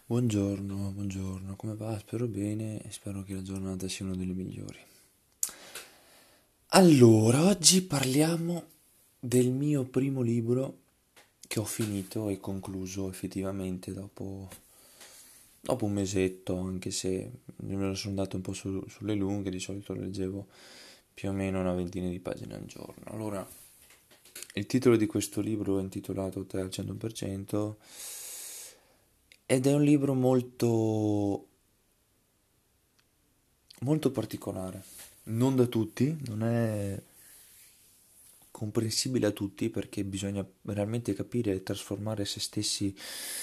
Buongiorno, buongiorno, come va? Spero bene e spero che la giornata sia una delle migliori. Allora, oggi parliamo del mio primo libro che ho finito e concluso effettivamente dopo un mesetto, anche se me lo sono dato un po' sulle lunghe, di solito leggevo più o meno una ventina di pagine al giorno. Allora, il titolo di questo libro è intitolato Te al 100% ed è un libro molto particolare, non da tutti, non è comprensibile a tutti perché bisogna realmente capire e trasformare se stessi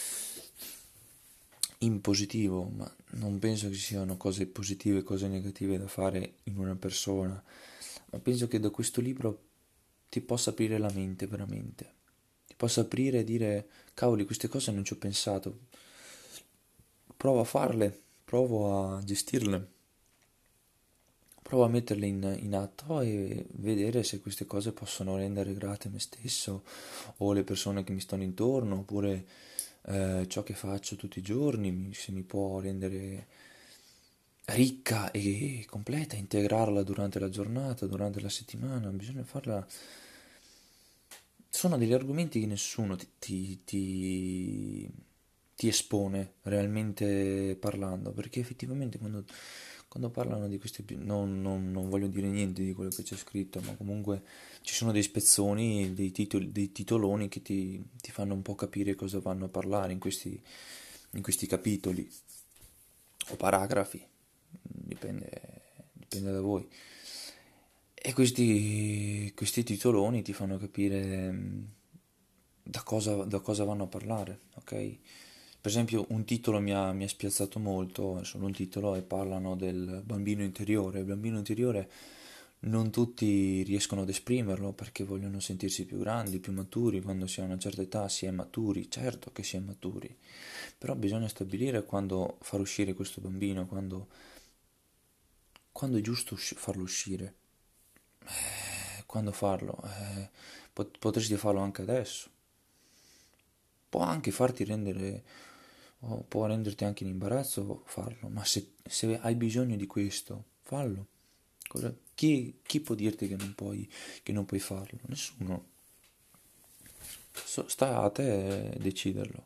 in positivo, ma non penso che ci siano cose positive e cose negative da fare in una persona, ma penso che da questo libro ti possa aprire la mente veramente, ti possa aprire e dire, cavoli, queste cose non ci ho pensato, provo a farle, provo a gestirle. Provo a metterle in atto e vedere se queste cose possono rendere grate me stesso o le persone che mi stanno intorno, oppure ciò che faccio tutti i giorni, se mi può rendere ricca e completa, integrarla durante la giornata, durante la settimana, bisogna farla. Sono degli argomenti che nessuno ti espone realmente parlando, perché effettivamente quando parlano di questi, non voglio dire niente di quello che c'è scritto, ma comunque ci sono dei spezzoni, dei titoloni che ti fanno un po' capire cosa vanno a parlare in questi capitoli o paragrafi, dipende da voi. E questi titoloni ti fanno capire da cosa vanno a parlare, ok? Per esempio, un titolo mi ha spiazzato molto, è solo un titolo, e parlano del bambino interiore. Il bambino interiore non tutti riescono ad esprimerlo perché vogliono sentirsi più grandi, più maturi, quando si ha una certa età si è maturi, certo che si è maturi, però bisogna stabilire quando far uscire questo bambino, quando è giusto farlo uscire. Quando farlo? Potresti farlo anche adesso. Può anche farti rendere, o può renderti anche in imbarazzo farlo, ma se hai bisogno di questo, fallo. Chi può dirti che non puoi farlo? Nessuno. Sta a te deciderlo.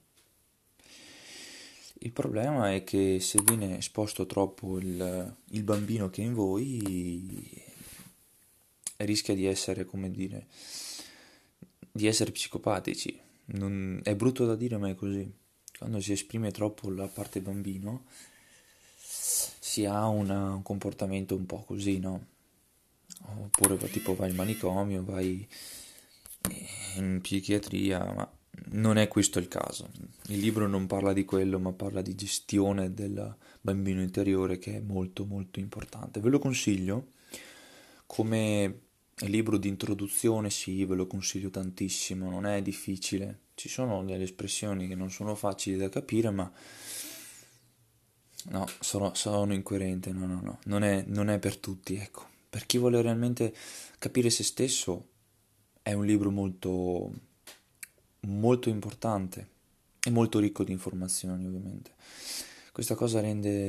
Il problema è che se viene esposto troppo il bambino che è in voi, rischia di essere, come dire, di essere psicopatici. È brutto da dire, ma è così. Quando si esprime troppo la parte bambino, si ha un comportamento un po' così, no? Oppure tipo vai in manicomio, vai in psichiatria, ma non è questo il caso. Il libro non parla di quello, ma parla di gestione del bambino interiore, che è molto molto importante. Ve lo consiglio come libro di introduzione, sì, ve lo consiglio tantissimo, non è difficile. Ci sono delle espressioni che non sono facili da capire, ma no, sono incoerente, no, no, no, non è per tutti, ecco. Per chi vuole realmente capire se stesso è un libro molto, molto importante e molto ricco di informazioni, ovviamente. Questa cosa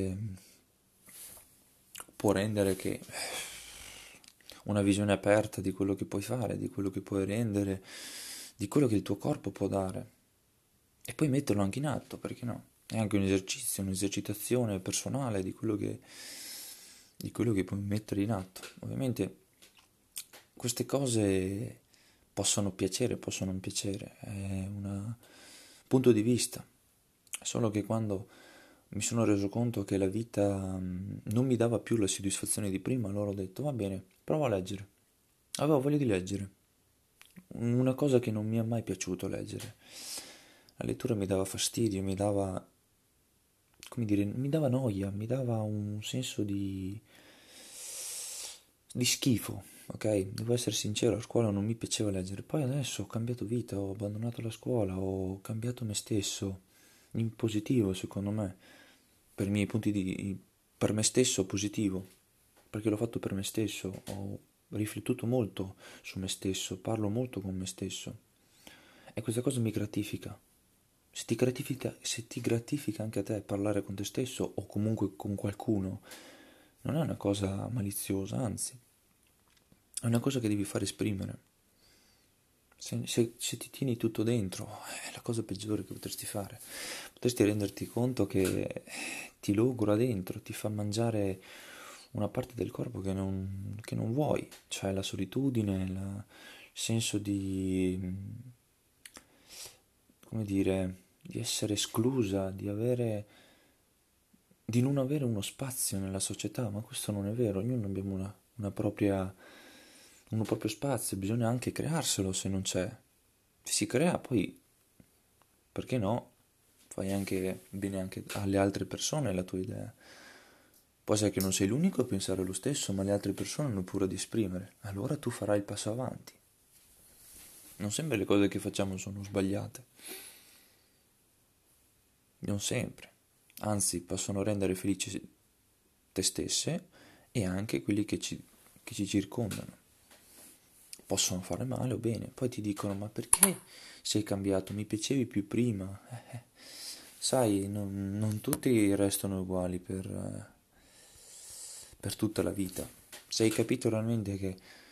può rendere che una visione aperta di quello che puoi fare, di quello che puoi rendere, di quello che il tuo corpo può dare. E poi metterlo anche in atto, perché no? È anche un esercizio, un'esercitazione personale di quello che puoi mettere in atto. Ovviamente queste cose possono piacere, possono non piacere, è un punto di vista. Solo che quando mi sono reso conto che la vita non mi dava più la soddisfazione di prima, allora ho detto, va bene, provo a leggere. Avevo voglia di leggere. Una cosa che non mi è mai piaciuto leggere. La lettura mi dava fastidio, come dire, mi dava noia, mi dava un senso di schifo, ok? Devo essere sincero, a scuola non mi piaceva leggere. Poi adesso ho cambiato vita, ho abbandonato la scuola, ho cambiato me stesso, in positivo secondo me, per i miei per me stesso positivo, perché l'ho fatto per me stesso, ho riflettuto molto su me stesso, parlo molto con me stesso e questa cosa mi gratifica. Se ti gratifica anche a te parlare con te stesso o comunque con qualcuno, non è una cosa maliziosa, anzi, è una cosa che devi far esprimere. Se ti tieni tutto dentro, è la cosa peggiore che potresti fare. Potresti renderti conto che ti logora dentro, ti fa mangiare una parte del corpo che non vuoi, cioè la solitudine, il senso di, come dire, di essere esclusa, di non avere uno spazio nella società, ma questo non è vero, ognuno abbiamo uno proprio spazio, bisogna anche crearselo se non c'è. Se si crea, poi, perché no, fai anche bene anche alle altre persone la tua idea. Può essere che non sei l'unico a pensare lo stesso, ma le altre persone hanno paura di esprimere. Allora tu farai il passo avanti. Non sempre le cose che facciamo sono sbagliate. Non sempre. Anzi, possono rendere felici te stesse e anche quelli che ci circondano. Possono fare male o bene. Poi ti dicono, ma perché sei cambiato? Mi piacevi più prima. Sai, non tutti restano uguali per tutta la vita. Se hai capito realmente che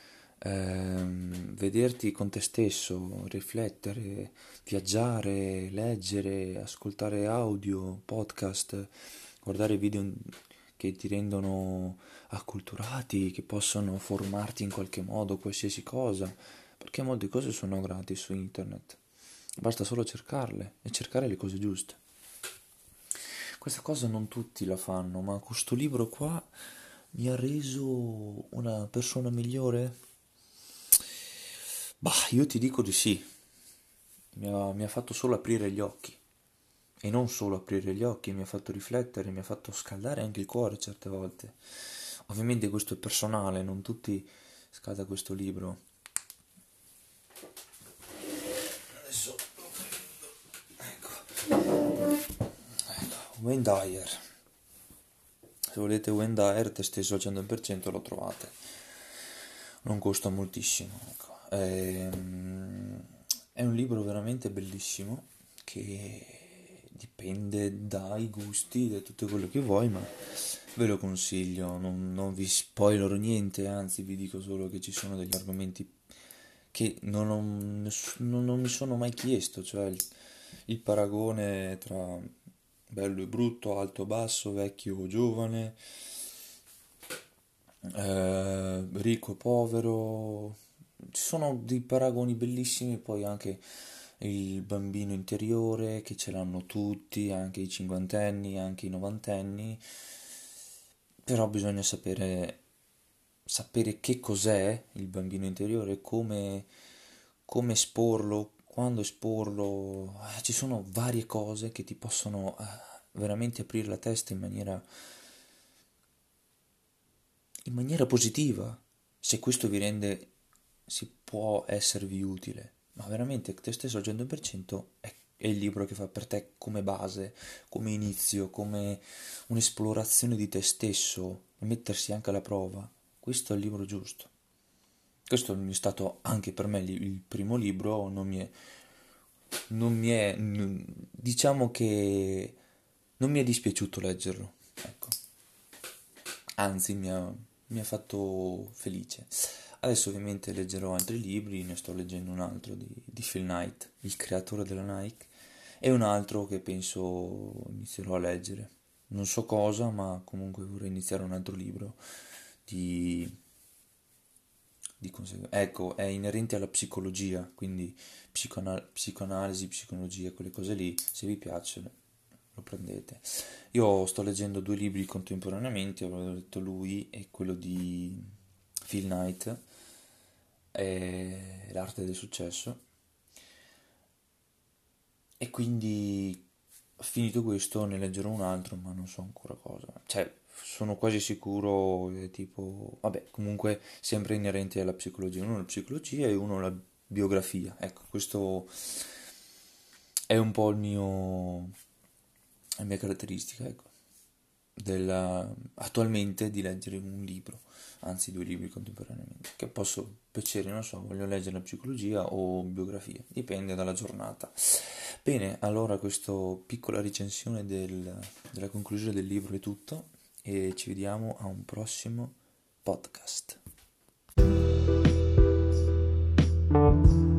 vederti con te stesso, riflettere, viaggiare, leggere, ascoltare audio, podcast, guardare video che ti rendono acculturati, che possono formarti in qualche modo, qualsiasi cosa, perché molte cose sono gratis su internet. Basta solo cercarle e cercare le cose giuste. Questa cosa non tutti la fanno, ma questo libro qua mi ha reso una persona migliore? Bah, io ti dico di sì. Mi ha fatto solo aprire gli occhi. E non solo aprire gli occhi, mi ha fatto riflettere, mi ha fatto scaldare anche il cuore certe volte. Ovviamente questo è personale, non tutti scalda questo libro. Adesso lo prendo. Ecco, Wayne Dyer. Se volete Wayne Dyer, testesso al 100% lo trovate. Non costa moltissimo, ecco. È un libro veramente bellissimo che dipende dai gusti, da tutto quello che vuoi, ma ve lo consiglio, non vi spoilerò niente, anzi vi dico solo che ci sono degli argomenti che non mi sono mai chiesto, cioè il paragone tra bello e brutto, alto e basso, vecchio o giovane, ricco e povero. Ci sono dei paragoni bellissimi, poi anche il bambino interiore che ce l'hanno tutti, anche i cinquantenni, anche i novantenni, però bisogna sapere che cos'è il bambino interiore, come esporlo, quando esporlo. Ci sono varie cose che ti possono veramente aprire la testa in maniera positiva, se questo si può esservi utile, ma veramente te stesso al 100% è il libro che fa per te come base, come inizio, come un'esplorazione di te stesso, e mettersi anche alla prova. Questo è il libro giusto. Questo è stato anche per me il primo libro, diciamo che non mi è dispiaciuto leggerlo, ecco. Anzi, mi ha fatto felice. Adesso ovviamente leggerò altri libri, ne sto leggendo un altro di Phil Knight, il creatore della Nike, e un altro che penso inizierò a leggere. Non so cosa, ma comunque vorrei iniziare un altro libro di, ecco, è inerente alla psicologia, quindi psicoanalisi, psicologia, quelle cose lì, se vi piace lo prendete. Io sto leggendo due libri contemporaneamente, avevo detto lui e quello di Phil Knight, L'arte del successo, e quindi finito questo ne leggerò un altro, ma non so ancora cosa. Cioè, sono quasi sicuro, tipo, vabbè, comunque sempre inerenti alla psicologia. Uno la psicologia e uno la biografia. Ecco, questo è un po' la mia caratteristica, ecco. attualmente di leggere un libro, anzi due libri contemporaneamente, che posso piacere, non so, voglio leggere la psicologia o biografia, dipende dalla giornata. Bene, allora questa piccola recensione della conclusione del libro è tutto e ci vediamo a un prossimo podcast.